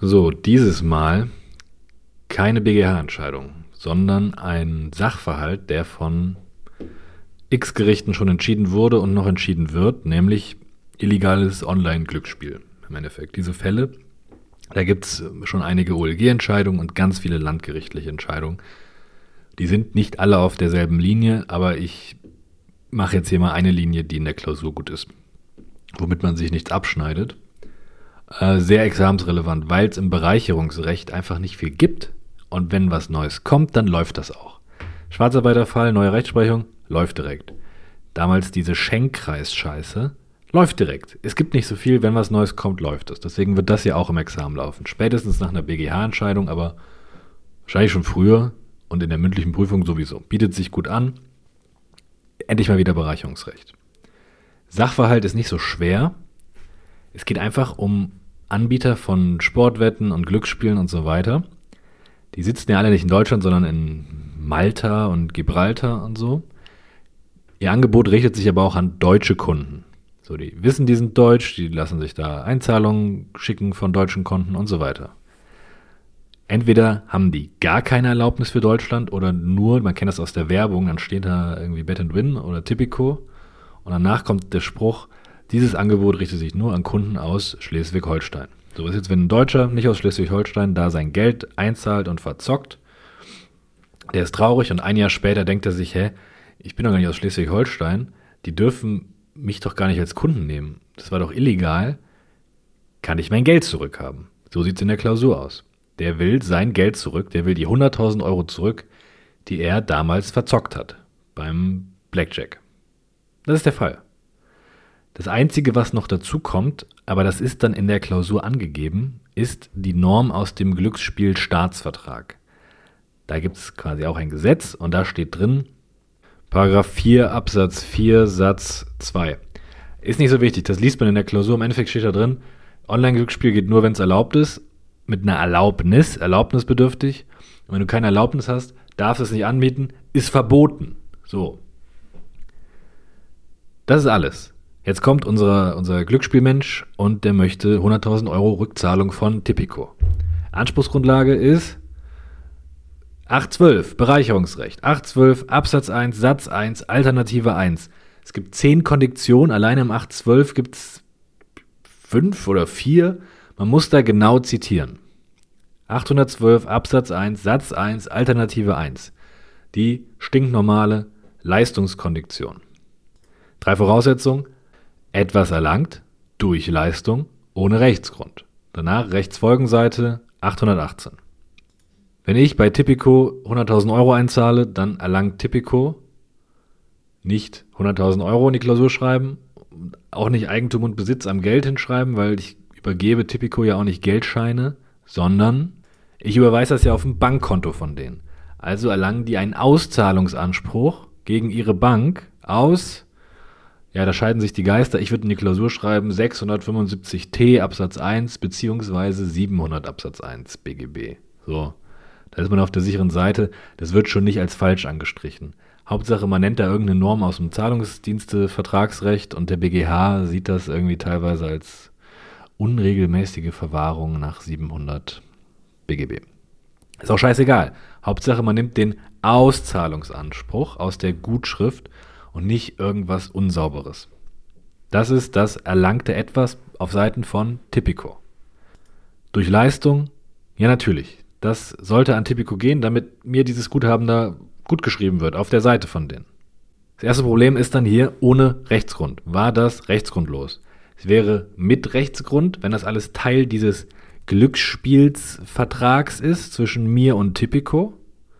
So, dieses Mal keine BGH-Entscheidung, sondern ein Sachverhalt, der von X Gerichten schon entschieden wurde und noch entschieden wird, nämlich illegales Online-Glücksspiel im Endeffekt. Diese Fälle, da gibt es schon einige OLG-Entscheidungen und ganz viele landgerichtliche Entscheidungen. Die sind nicht alle auf derselben Linie, aber ich mache jetzt hier mal eine Linie, die in der Klausur gut ist, womit man sich nichts abschneidet. Sehr examensrelevant, weil es im Bereicherungsrecht einfach nicht viel gibt. Und wenn was Neues kommt, dann läuft das auch. Schwarzarbeiterfall, neue Rechtsprechung, läuft direkt. Damals diese Schenkkreis-Scheiße, läuft direkt. Es gibt nicht so viel, wenn was Neues kommt, läuft es. Deswegen wird das ja auch im Examen laufen. Spätestens nach einer BGH-Entscheidung, aber wahrscheinlich schon früher und in der mündlichen Prüfung sowieso. Bietet sich gut an. Endlich mal wieder Bereicherungsrecht. Sachverhalt ist nicht so schwer. Es geht einfach um Anbieter von Sportwetten und Glücksspielen und so weiter. Die sitzen ja alle nicht in Deutschland, sondern in Malta und Gibraltar und so. Ihr Angebot richtet sich aber auch an deutsche Kunden. So, die wissen, die sind deutsch, die lassen sich da Einzahlungen schicken von deutschen Konten und so weiter. Entweder haben die gar keine Erlaubnis für Deutschland oder nur, man kennt das aus der Werbung, dann steht da irgendwie Bet & Win oder Tipico und danach kommt der Spruch, dieses Angebot richtet sich nur an Kunden aus Schleswig-Holstein. So ist jetzt, wenn ein Deutscher nicht aus Schleswig-Holstein da sein Geld einzahlt und verzockt, der ist traurig und ein Jahr später denkt er sich, ich bin doch gar nicht aus Schleswig-Holstein, die dürfen mich doch gar nicht als Kunden nehmen. Das war doch illegal, kann ich mein Geld zurückhaben. So sieht es in der Klausur aus. Der will sein Geld zurück, der will die 100.000 Euro zurück, die er damals verzockt hat beim Blackjack. Das ist der Fall. Das Einzige, was noch dazu kommt, aber das ist dann in der Klausur angegeben, ist die Norm aus dem Glücksspielstaatsvertrag. Da gibt es quasi auch ein Gesetz und da steht drin, Paragraph 4 Absatz 4 Satz 2. Ist nicht so wichtig, das liest man in der Klausur. Im Endeffekt steht da drin, Online-Glücksspiel geht nur, wenn es erlaubt ist, mit einer Erlaubnis, erlaubnisbedürftig. Und wenn du keine Erlaubnis hast, darfst du es nicht anbieten, ist verboten. So. Das ist alles. Jetzt kommt unser Glücksspielmensch und der möchte 100.000 Euro Rückzahlung von Tipico. Anspruchsgrundlage ist 812, Bereicherungsrecht. 812, Absatz 1, Satz 1, Alternative 1. Es gibt 10 Konditionen, alleine im 812 gibt es 5 oder 4. Man muss da genau zitieren. 812, Absatz 1, Satz 1, Alternative 1. Die stinknormale Leistungskondition. 3 Voraussetzungen. Etwas erlangt, durch Leistung, ohne Rechtsgrund. Danach Rechtsfolgenseite 818. Wenn ich bei Tipico 100.000 Euro einzahle, dann erlangt Tipico nicht 100.000 Euro in die Klausur schreiben, auch nicht Eigentum und Besitz am Geld hinschreiben, weil ich übergebe Tipico ja auch nicht Geldscheine, sondern ich überweise das ja auf ein Bankkonto von denen. Also erlangen die einen Auszahlungsanspruch gegen ihre Bank aus, ja, da scheiden sich die Geister. Ich würde in die Klausur schreiben 675t Absatz 1 beziehungsweise 700 Absatz 1 BGB. So, da ist man auf der sicheren Seite. Das wird schon nicht als falsch angestrichen. Hauptsache, man nennt da irgendeine Norm aus dem Zahlungsdienste-Vertragsrecht und der BGH sieht das irgendwie teilweise als unregelmäßige Verwahrung nach 700 BGB. Ist auch scheißegal. Hauptsache, man nimmt den Auszahlungsanspruch aus der Gutschrift und nicht irgendwas Unsauberes. Das ist das erlangte Etwas auf Seiten von Tipico. Durch Leistung? Ja, natürlich. Das sollte an Tipico gehen, damit mir dieses Guthaben da gut geschrieben wird, auf der Seite von denen. Das erste Problem ist dann hier ohne Rechtsgrund. War das rechtsgrundlos? Es wäre mit Rechtsgrund, wenn das alles Teil dieses Glücksspielsvertrags ist zwischen mir und Tipico.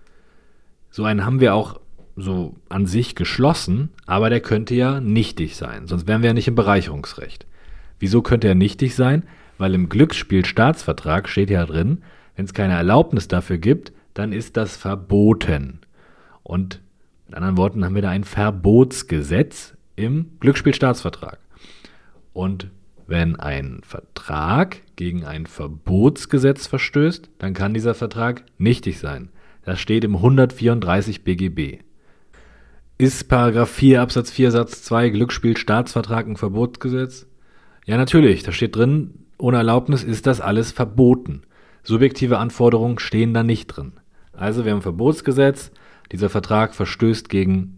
So einen haben wir auch so an sich geschlossen, aber der könnte ja nichtig sein, sonst wären wir ja nicht im Bereicherungsrecht. Wieso könnte er nichtig sein? Weil im Glücksspielstaatsvertrag steht ja drin, wenn es keine Erlaubnis dafür gibt, dann ist das verboten. Und mit anderen Worten haben wir da ein Verbotsgesetz im Glücksspielstaatsvertrag. Und wenn ein Vertrag gegen ein Verbotsgesetz verstößt, dann kann dieser Vertrag nichtig sein. Das steht im 134 BGB. Ist Paragraph 4 Absatz 4 Satz 2 Glücksspielstaatsvertrag ein Verbotsgesetz? Ja, natürlich. Da steht drin, ohne Erlaubnis ist das alles verboten. Subjektive Anforderungen stehen da nicht drin. Also wir haben ein Verbotsgesetz, dieser Vertrag verstößt gegen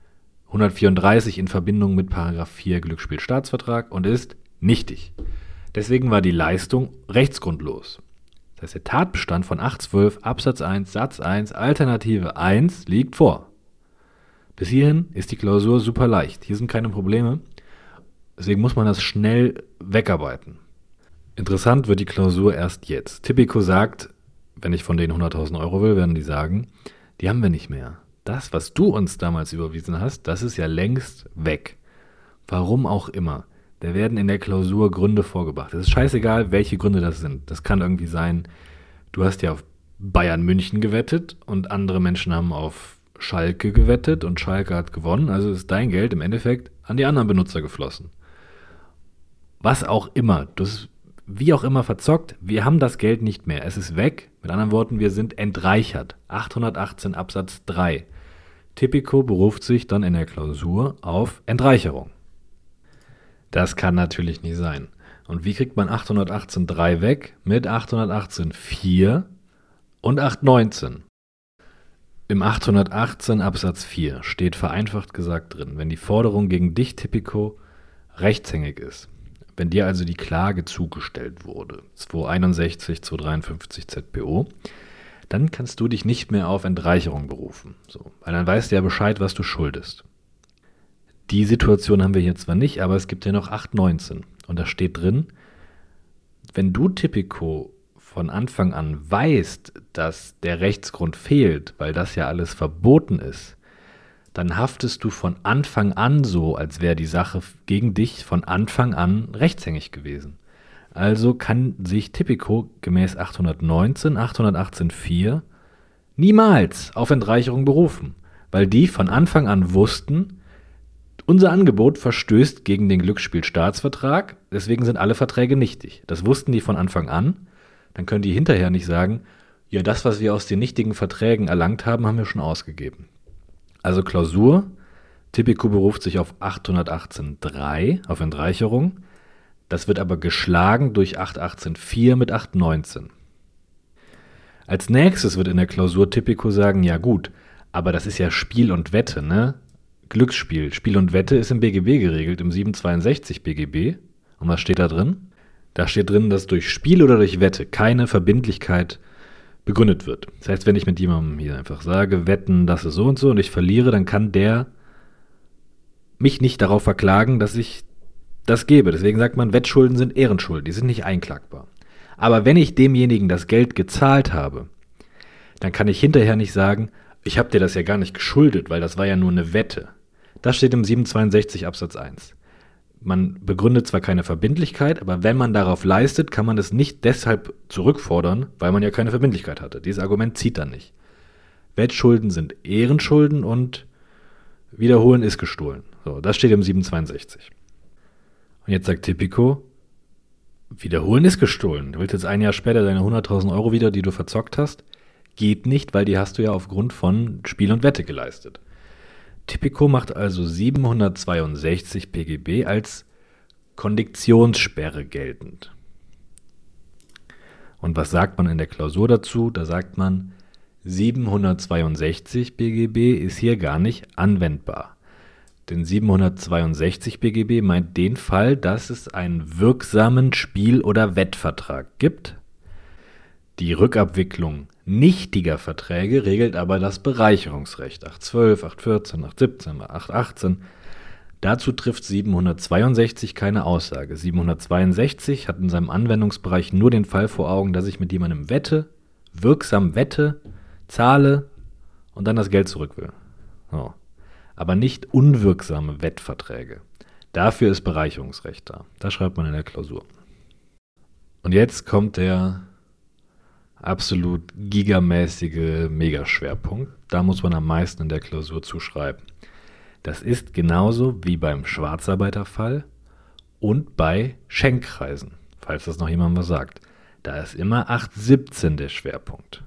134 in Verbindung mit Paragraph 4 Glücksspielstaatsvertrag und ist nichtig. Deswegen war die Leistung rechtsgrundlos. Das heißt, der Tatbestand von 812 Absatz 1 Satz 1 Alternative 1 liegt vor. Bis hierhin ist die Klausur super leicht. Hier sind keine Probleme. Deswegen muss man das schnell wegarbeiten. Interessant wird die Klausur erst jetzt. Tipico sagt, wenn ich von denen 100.000 Euro will, werden die sagen, die haben wir nicht mehr. Das, was du uns damals überwiesen hast, das ist ja längst weg. Warum auch immer. Da werden in der Klausur Gründe vorgebracht. Es ist scheißegal, welche Gründe das sind. Das kann irgendwie sein, du hast ja auf Bayern München gewettet und andere Menschen haben auf Schalke gewettet und Schalke hat gewonnen. Also ist dein Geld im Endeffekt an die anderen Benutzer geflossen. Was auch immer, das wie auch immer verzockt, wir haben das Geld nicht mehr. Es ist weg. Mit anderen Worten, wir sind entreichert. 818 Absatz 3. Tipico beruft sich dann in der Klausur auf Entreicherung. Das kann natürlich nicht sein. Und wie kriegt man 818.3 weg? Mit 818.4 und 819. Im 818 Absatz 4 steht vereinfacht gesagt drin, wenn die Forderung gegen dich, Tipico, rechtshängig ist, wenn dir also die Klage zugestellt wurde, 261, 253 ZPO, dann kannst du dich nicht mehr auf Entreicherung berufen. So, weil dann weißt du ja Bescheid, was du schuldest. Die Situation haben wir hier zwar nicht, aber es gibt ja noch 819. Und da steht drin, wenn du, Tipico, von Anfang an weißt, dass der Rechtsgrund fehlt, weil das ja alles verboten ist, dann haftest du von Anfang an so, als wäre die Sache gegen dich von Anfang an rechtshängig gewesen. Also kann sich Tipico gemäß 819, 818.4 niemals auf Entreicherung berufen, weil die von Anfang an wussten, unser Angebot verstößt gegen den Glücksspielstaatsvertrag, deswegen sind alle Verträge nichtig. Das wussten die von Anfang an. Dann können die hinterher nicht sagen, ja, das, was wir aus den nichtigen Verträgen erlangt haben, haben wir schon ausgegeben. Also Klausur, Tipico beruft sich auf 818.3, auf Entreicherung. Das wird aber geschlagen durch 818.4 mit 819. Als nächstes wird in der Klausur Tipico sagen, ja gut, aber das ist ja Spiel und Wette, ne? Glücksspiel. Spiel und Wette ist im BGB geregelt, im 762 BGB. Und was steht da drin? Da steht drin, dass durch Spiel oder durch Wette keine Verbindlichkeit begründet wird. Das heißt, wenn ich mit jemandem hier einfach sage, wetten, das ist so und ich verliere, dann kann der mich nicht darauf verklagen, dass ich das gebe. Deswegen sagt man, Wettschulden sind Ehrenschulden, die sind nicht einklagbar. Aber wenn ich demjenigen das Geld gezahlt habe, dann kann ich hinterher nicht sagen, ich habe dir das ja gar nicht geschuldet, weil das war ja nur eine Wette. Das steht im 762 Absatz 1. Man begründet zwar keine Verbindlichkeit, aber wenn man darauf leistet, kann man es nicht deshalb zurückfordern, weil man ja keine Verbindlichkeit hatte. Dieses Argument zieht dann nicht. Wettschulden sind Ehrenschulden und Wiederholen ist gestohlen. So, das steht im 762. Und jetzt sagt Tipico, Wiederholen ist gestohlen. Du willst jetzt ein Jahr später deine 100.000 Euro wieder, die du verzockt hast? Geht nicht, weil die hast du ja aufgrund von Spiel und Wette geleistet. Tipico macht also 762 PGB als Kondiktionssperre geltend. Und was sagt man in der Klausur dazu? Da sagt man, 762 BGB ist hier gar nicht anwendbar. Denn 762 BGB meint den Fall, dass es einen wirksamen Spiel- oder Wettvertrag gibt. Die Rückabwicklung nichtiger Verträge regelt aber das Bereicherungsrecht 812, 814, 817, 818. Dazu trifft 762 keine Aussage. 762 hat in seinem Anwendungsbereich nur den Fall vor Augen, dass ich mit jemandem wette, wirksam wette, zahle und dann das Geld zurück will. So. Aber nicht unwirksame Wettverträge. Dafür ist Bereicherungsrecht da. Das schreibt man in der Klausur. Und jetzt kommt der absolut gigamäßige Megaschwerpunkt. Da muss man am meisten in der Klausur zuschreiben. Das ist genauso wie beim Schwarzarbeiterfall und bei Schenkkreisen, falls das noch jemand was sagt. Da ist immer 817 der Schwerpunkt.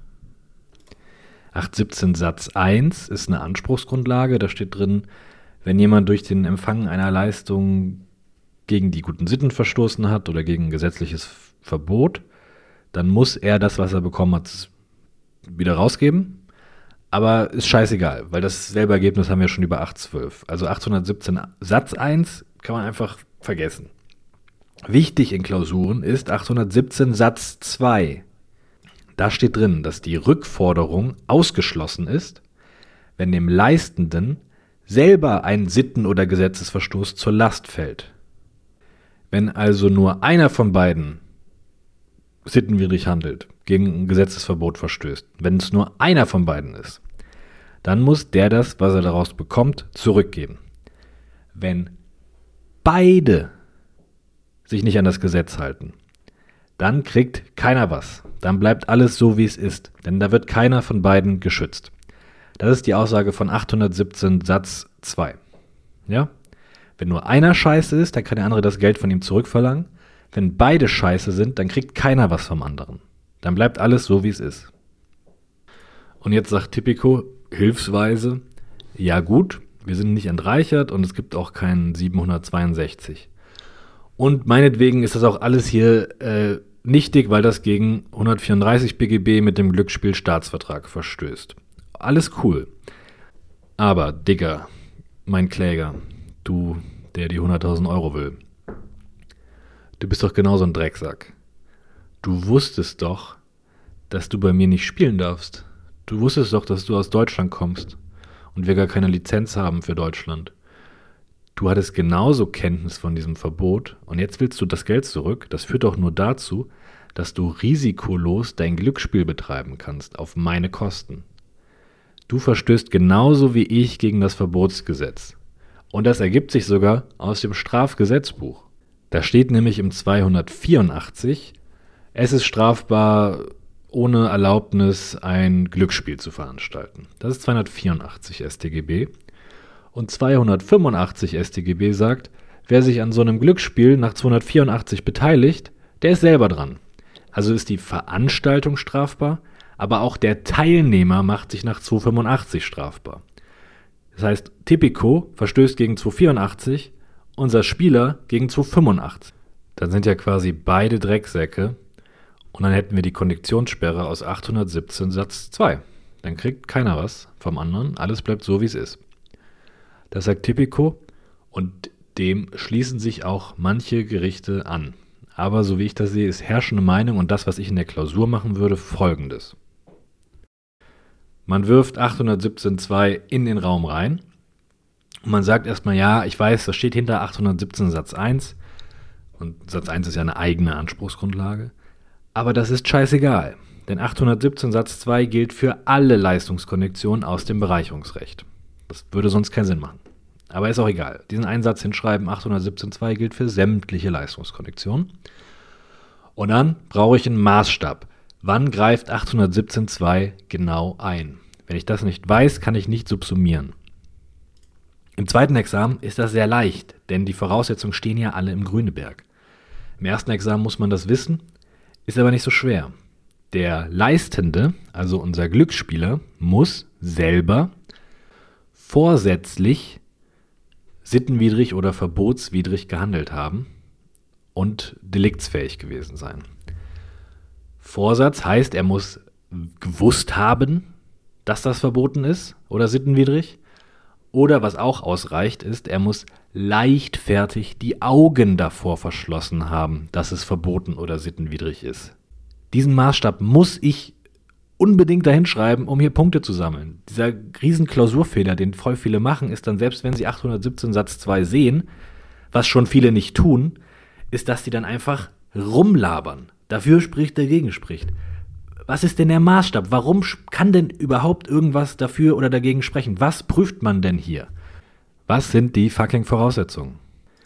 817 Satz 1 ist eine Anspruchsgrundlage. Da steht drin, wenn jemand durch den Empfang einer Leistung gegen die guten Sitten verstoßen hat oder gegen ein gesetzliches Verbot, dann muss er das, was er bekommen hat, wieder rausgeben. Aber ist scheißegal, weil das selbe Ergebnis haben wir schon über 812. Also 817 Satz 1 kann man einfach vergessen. Wichtig in Klausuren ist 817 Satz 2. Da steht drin, dass die Rückforderung ausgeschlossen ist, wenn dem Leistenden selber ein Sitten- oder Gesetzesverstoß zur Last fällt. Wenn also nur einer von beiden sittenwidrig handelt, gegen ein Gesetzesverbot verstößt, wenn es nur einer von beiden ist, dann muss der das, was er daraus bekommt, zurückgeben. Wenn beide sich nicht an das Gesetz halten, dann kriegt keiner was. Dann bleibt alles so, wie es ist. Denn da wird keiner von beiden geschützt. Das ist die Aussage von 817 Satz 2. Ja? Wenn nur einer scheiße ist, dann kann der andere das Geld von ihm zurückverlangen. Wenn beide scheiße sind, dann kriegt keiner was vom anderen. Dann bleibt alles so, wie es ist. Und jetzt sagt Tipico hilfsweise, ja gut, wir sind nicht entreichert und es gibt auch keinen 762. Und meinetwegen ist das auch alles hier nichtig, weil das gegen 134 BGB mit dem Glücksspielstaatsvertrag verstößt. Alles cool. Aber, Digga, mein Kläger, du, der die 100.000 Euro will, du bist doch genauso ein Drecksack. Du wusstest doch, dass du bei mir nicht spielen darfst. Du wusstest doch, dass du aus Deutschland kommst und wir gar keine Lizenz haben für Deutschland. Du hattest genauso Kenntnis von diesem Verbot und jetzt willst du das Geld zurück. Das führt doch nur dazu, dass du risikolos dein Glücksspiel betreiben kannst, auf meine Kosten. Du verstößt genauso wie ich gegen das Verbotsgesetz. Und das ergibt sich sogar aus dem Strafgesetzbuch. Da steht nämlich im 284, es ist strafbar, ohne Erlaubnis ein Glücksspiel zu veranstalten. Das ist 284 StGB. Und 285 StGB sagt, wer sich an so einem Glücksspiel nach 284 beteiligt, der ist selber dran. Also ist die Veranstaltung strafbar, aber auch der Teilnehmer macht sich nach 285 strafbar. Das heißt, Tipico verstößt gegen 284, unser Spieler gegen 285. Dann sind ja quasi beide Drecksäcke und dann hätten wir die Konditionssperre aus 817 Satz 2. Dann kriegt keiner was vom anderen, alles bleibt so, wie es ist. Das sagt Tipico und dem schließen sich auch manche Gerichte an. Aber so wie ich das sehe, ist herrschende Meinung und das, was ich in der Klausur machen würde, folgendes. Man wirft 817.2 in den Raum rein und man sagt erstmal, ja, ich weiß, das steht hinter 817 Satz 1 und Satz 1 ist ja eine eigene Anspruchsgrundlage, aber das ist scheißegal, denn 817 Satz 2 gilt für alle Leistungskonditionen aus dem Bereicherungsrecht. Das würde sonst keinen Sinn machen. Aber ist auch egal. Diesen einen Satz hinschreiben, 817.2 gilt für sämtliche Leistungskonditionen. Und dann brauche ich einen Maßstab. Wann greift 817.2 genau ein? Wenn ich das nicht weiß, kann ich nicht subsumieren. Im zweiten Examen ist das sehr leicht, denn die Voraussetzungen stehen ja alle im Grüneberg. Im ersten Examen muss man das wissen, ist aber nicht so schwer. Der Leistende, also unser Glücksspieler, muss selber vorsätzlich sittenwidrig oder verbotswidrig gehandelt haben und deliktsfähig gewesen sein. Vorsatz heißt, er muss gewusst haben, dass das verboten ist oder sittenwidrig. Oder was auch ausreicht, ist, er muss leichtfertig die Augen davor verschlossen haben, dass es verboten oder sittenwidrig ist. Diesen Maßstab muss ich unbedingt dahinschreiben, um hier Punkte zu sammeln. Dieser riesen Klausurfehler, den voll viele machen, ist dann, selbst wenn sie 817 Satz 2 sehen, was schon viele nicht tun, ist, dass sie dann einfach rumlabern. Dafür spricht, dagegen spricht. Was ist denn der Maßstab? Warum kann denn überhaupt irgendwas dafür oder dagegen sprechen? Was prüft man denn hier? Was sind die fucking Voraussetzungen?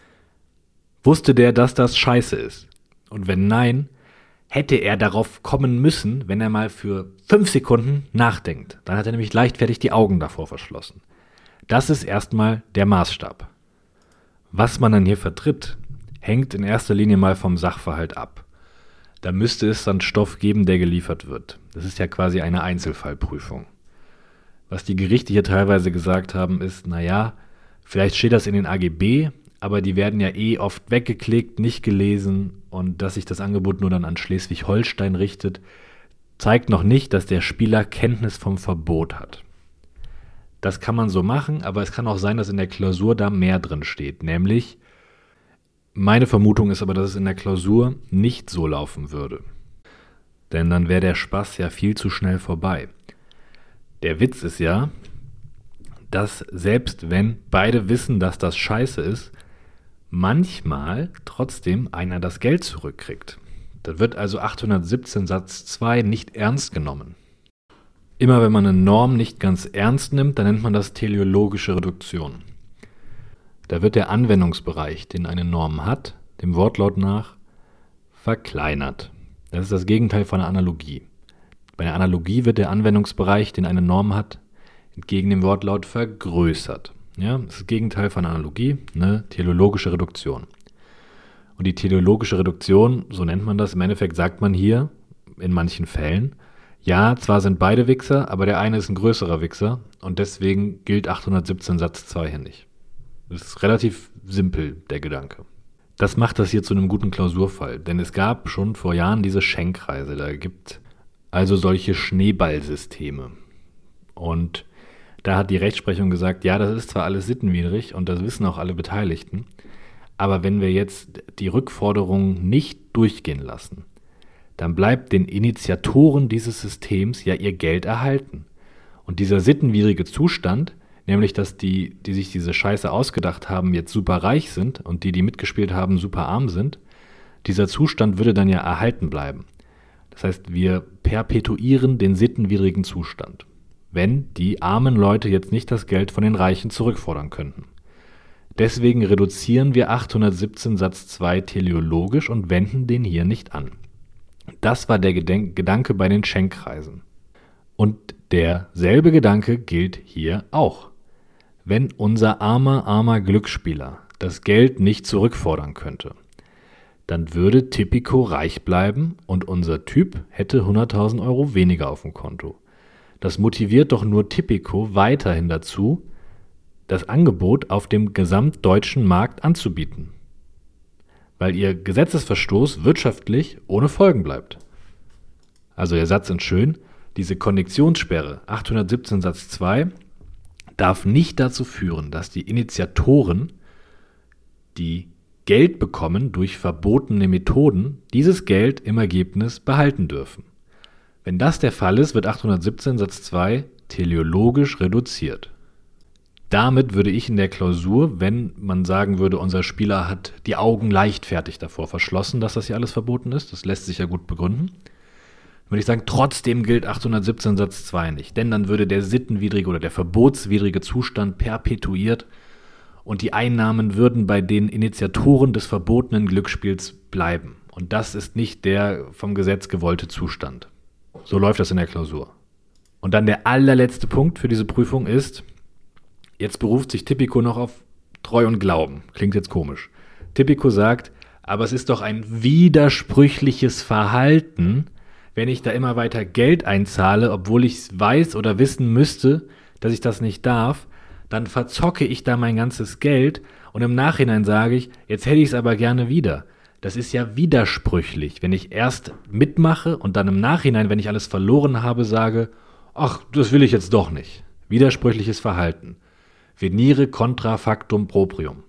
Wusste der, dass das scheiße ist? Und wenn nein, hätte er darauf kommen müssen, wenn er mal für 5 Sekunden nachdenkt. Dann hat er nämlich leichtfertig die Augen davor verschlossen. Das ist erstmal der Maßstab. Was man dann hier vertritt, hängt in erster Linie mal vom Sachverhalt ab. Da müsste es dann Stoff geben, der geliefert wird. Das ist ja quasi eine Einzelfallprüfung. Was die Gerichte hier teilweise gesagt haben, ist, naja, vielleicht steht das in den AGB, aber die werden ja oft weggeklickt, nicht gelesen, und dass sich das Angebot nur dann an Schleswig-Holstein richtet, zeigt noch nicht, dass der Spieler Kenntnis vom Verbot hat. Das kann man so machen, aber es kann auch sein, dass in der Klausur da mehr drin steht. Nämlich, meine Vermutung ist aber, dass es in der Klausur nicht so laufen würde. Denn dann wäre der Spaß ja viel zu schnell vorbei. Der Witz ist ja, dass selbst wenn beide wissen, dass das scheiße ist, manchmal trotzdem einer das Geld zurückkriegt. Da wird also 817 Satz 2 nicht ernst genommen. Immer wenn man eine Norm nicht ganz ernst nimmt, dann nennt man das teleologische Reduktion. Da wird der Anwendungsbereich, den eine Norm hat, dem Wortlaut nach, verkleinert. Das ist das Gegenteil von einer Analogie. Bei einer Analogie wird der Anwendungsbereich, den eine Norm hat, entgegen dem Wortlaut vergrößert. Ja, das ist das Gegenteil von Analogie, eine teleologische Reduktion. Und die teleologische Reduktion, so nennt man das, im Endeffekt sagt man hier, in manchen Fällen, ja, zwar sind beide Wichser, aber der eine ist ein größerer Wichser und deswegen gilt 817 Satz 2 hier nicht. Das ist relativ simpel, der Gedanke. Das macht das hier zu einem guten Klausurfall, denn es gab schon vor Jahren diese Schenkkreise, da gibt also solche Schneeballsysteme. Und da hat die Rechtsprechung gesagt, ja, das ist zwar alles sittenwidrig und das wissen auch alle Beteiligten, aber wenn wir jetzt die Rückforderung nicht durchgehen lassen, dann bleibt den Initiatoren dieses Systems ja ihr Geld erhalten. Und dieser sittenwidrige Zustand, nämlich dass die sich diese Scheiße ausgedacht haben, jetzt super reich sind und die mitgespielt haben, super arm sind, dieser Zustand würde dann ja erhalten bleiben. Das heißt, wir perpetuieren den sittenwidrigen Zustand, wenn die armen Leute jetzt nicht das Geld von den Reichen zurückfordern könnten. Deswegen reduzieren wir 817 Satz 2 teleologisch und wenden den hier nicht an. Das war der Gedanke bei den Schenkkreisen. Und derselbe Gedanke gilt hier auch. Wenn unser armer Glücksspieler das Geld nicht zurückfordern könnte, dann würde Tipico reich bleiben und unser Typ hätte 100.000 Euro weniger auf dem Konto. Das motiviert doch nur Tipico weiterhin dazu, das Angebot auf dem gesamtdeutschen Markt anzubieten, weil ihr Gesetzesverstoß wirtschaftlich ohne Folgen bleibt. Also der Satz ist schön, diese Kondiktionssperre 817 Satz 2 darf nicht dazu führen, dass die Initiatoren, die Geld bekommen durch verbotene Methoden, dieses Geld im Ergebnis behalten dürfen. Wenn das der Fall ist, wird 817 Satz 2 teleologisch reduziert. Damit würde ich in der Klausur, wenn man sagen würde, unser Spieler hat die Augen leichtfertig davor verschlossen, dass das hier alles verboten ist, das lässt sich ja gut begründen, würde ich sagen, trotzdem gilt 817 Satz 2 nicht. Denn dann würde der sittenwidrige oder der verbotswidrige Zustand perpetuiert und die Einnahmen würden bei den Initiatoren des verbotenen Glücksspiels bleiben. Und das ist nicht der vom Gesetz gewollte Zustand. So läuft das in der Klausur. Und dann der allerletzte Punkt für diese Prüfung ist, jetzt beruft sich Tipico noch auf Treu und Glauben. Klingt jetzt komisch. Tipico sagt, aber es ist doch ein widersprüchliches Verhalten, wenn ich da immer weiter Geld einzahle, obwohl ich weiß oder wissen müsste, dass ich das nicht darf, dann verzocke ich da mein ganzes Geld und im Nachhinein sage ich, jetzt hätte ich es aber gerne wieder. Das ist ja widersprüchlich, wenn ich erst mitmache und dann im Nachhinein, wenn ich alles verloren habe, sage, ach, das will ich jetzt doch nicht. Widersprüchliches Verhalten. Venire contra factum proprium.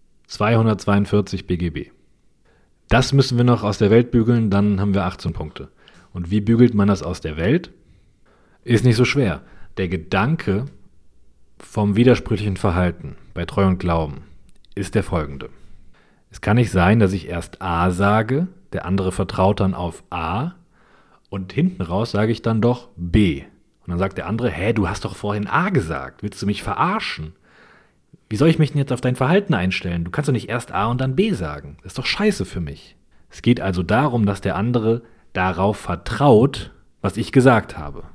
242 BGB. Das müssen wir noch aus der Welt bügeln, dann haben wir 18 Punkte. Und wie bügelt man das aus der Welt? Ist nicht so schwer. Der Gedanke vom widersprüchlichen Verhalten bei Treu und Glauben ist der folgende. Es kann nicht sein, dass ich erst A sage, der andere vertraut dann auf A und hinten raus sage ich dann doch B. Und dann sagt der andere, du hast doch vorhin A gesagt, willst du mich verarschen? Wie soll ich mich denn jetzt auf dein Verhalten einstellen? Du kannst doch nicht erst A und dann B sagen. Das ist doch scheiße für mich. Es geht also darum, dass der andere darauf vertraut, was ich gesagt habe.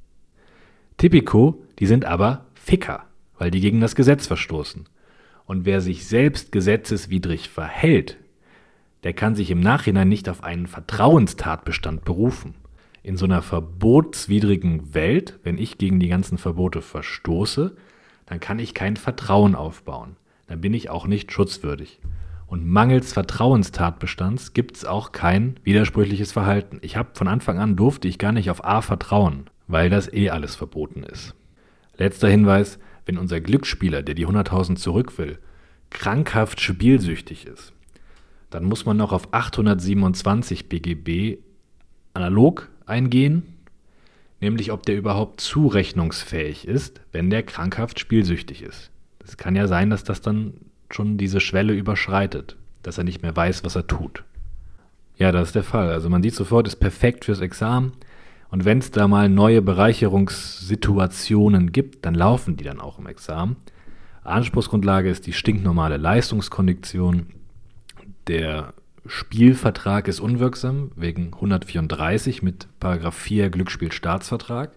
Tipico, die sind aber Ficker, weil die gegen das Gesetz verstoßen. Und wer sich selbst gesetzeswidrig verhält, der kann sich im Nachhinein nicht auf einen Vertrauenstatbestand berufen. In so einer verbotswidrigen Welt, wenn ich gegen die ganzen Verbote verstoße, dann kann ich kein Vertrauen aufbauen. dann bin ich auch nicht schutzwürdig. Und mangels Vertrauenstatbestands gibt es auch kein widersprüchliches Verhalten. Von Anfang an durfte ich gar nicht auf A vertrauen, weil das alles verboten ist. Letzter Hinweis, wenn unser Glücksspieler, der die 100.000 zurück will, krankhaft spielsüchtig ist, dann muss man noch auf 827 BGB analog eingehen, nämlich ob der überhaupt zurechnungsfähig ist, wenn der krankhaft spielsüchtig ist. Es kann ja sein, dass das dann schon diese Schwelle überschreitet, dass er nicht mehr weiß, was er tut. Ja, das ist der Fall. Also man sieht sofort, ist perfekt fürs Examen. Und wenn es da mal neue Bereicherungssituationen gibt, dann laufen die dann auch im Examen. Anspruchsgrundlage ist die stinknormale Leistungskondition. Der Spielvertrag ist unwirksam wegen 134 mit § 4 Glücksspielstaatsvertrag.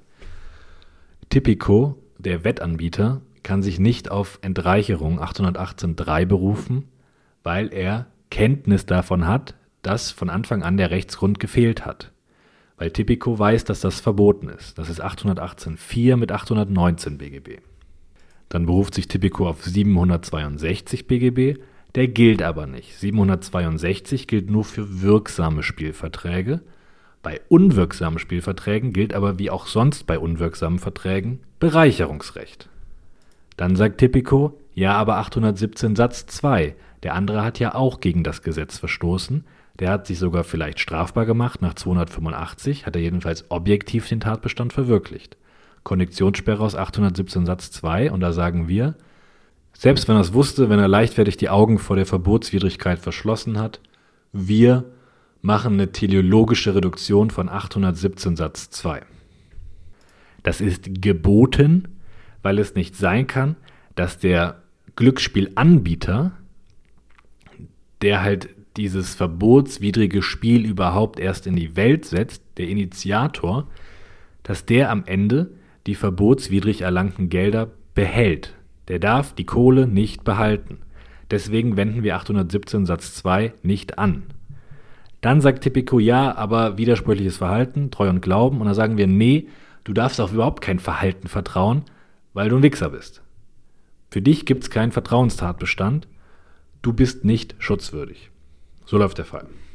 Tipico, der Wettanbieter, kann sich nicht auf Entreicherung 818.3 berufen, weil er Kenntnis davon hat, dass von Anfang an der Rechtsgrund gefehlt hat. Weil Tipico weiß, dass das verboten ist. Das ist 818.4 mit 819 BGB. Dann beruft sich Tipico auf 762 BGB, der gilt aber nicht. 762 gilt nur für wirksame Spielverträge. Bei unwirksamen Spielverträgen gilt aber wie auch sonst bei unwirksamen Verträgen Bereicherungsrecht. Dann sagt Tipico, ja, aber 817 Satz 2, der andere hat ja auch gegen das Gesetz verstoßen, der hat sich sogar vielleicht strafbar gemacht, nach 285 hat er jedenfalls objektiv den Tatbestand verwirklicht. Konnektionssperre aus 817 Satz 2 und da sagen wir, selbst wenn er es wusste, wenn er leichtfertig die Augen vor der Verbotswidrigkeit verschlossen hat, wir machen eine teleologische Reduktion von 817 Satz 2. Das ist geboten, weil es nicht sein kann, dass der Glücksspielanbieter, der halt dieses verbotswidrige Spiel überhaupt erst in die Welt setzt, der Initiator, dass der am Ende die verbotswidrig erlangten Gelder behält. Der darf die Kohle nicht behalten. Deswegen wenden wir 817 Satz 2 nicht an. Dann sagt Tipico, ja, aber widersprüchliches Verhalten, Treu und Glauben. Und dann sagen wir, nee, du darfst auf überhaupt kein Verhalten vertrauen, weil du ein Wichser bist. Für dich gibt es keinen Vertrauenstatbestand. Du bist nicht schutzwürdig. So läuft der Fall.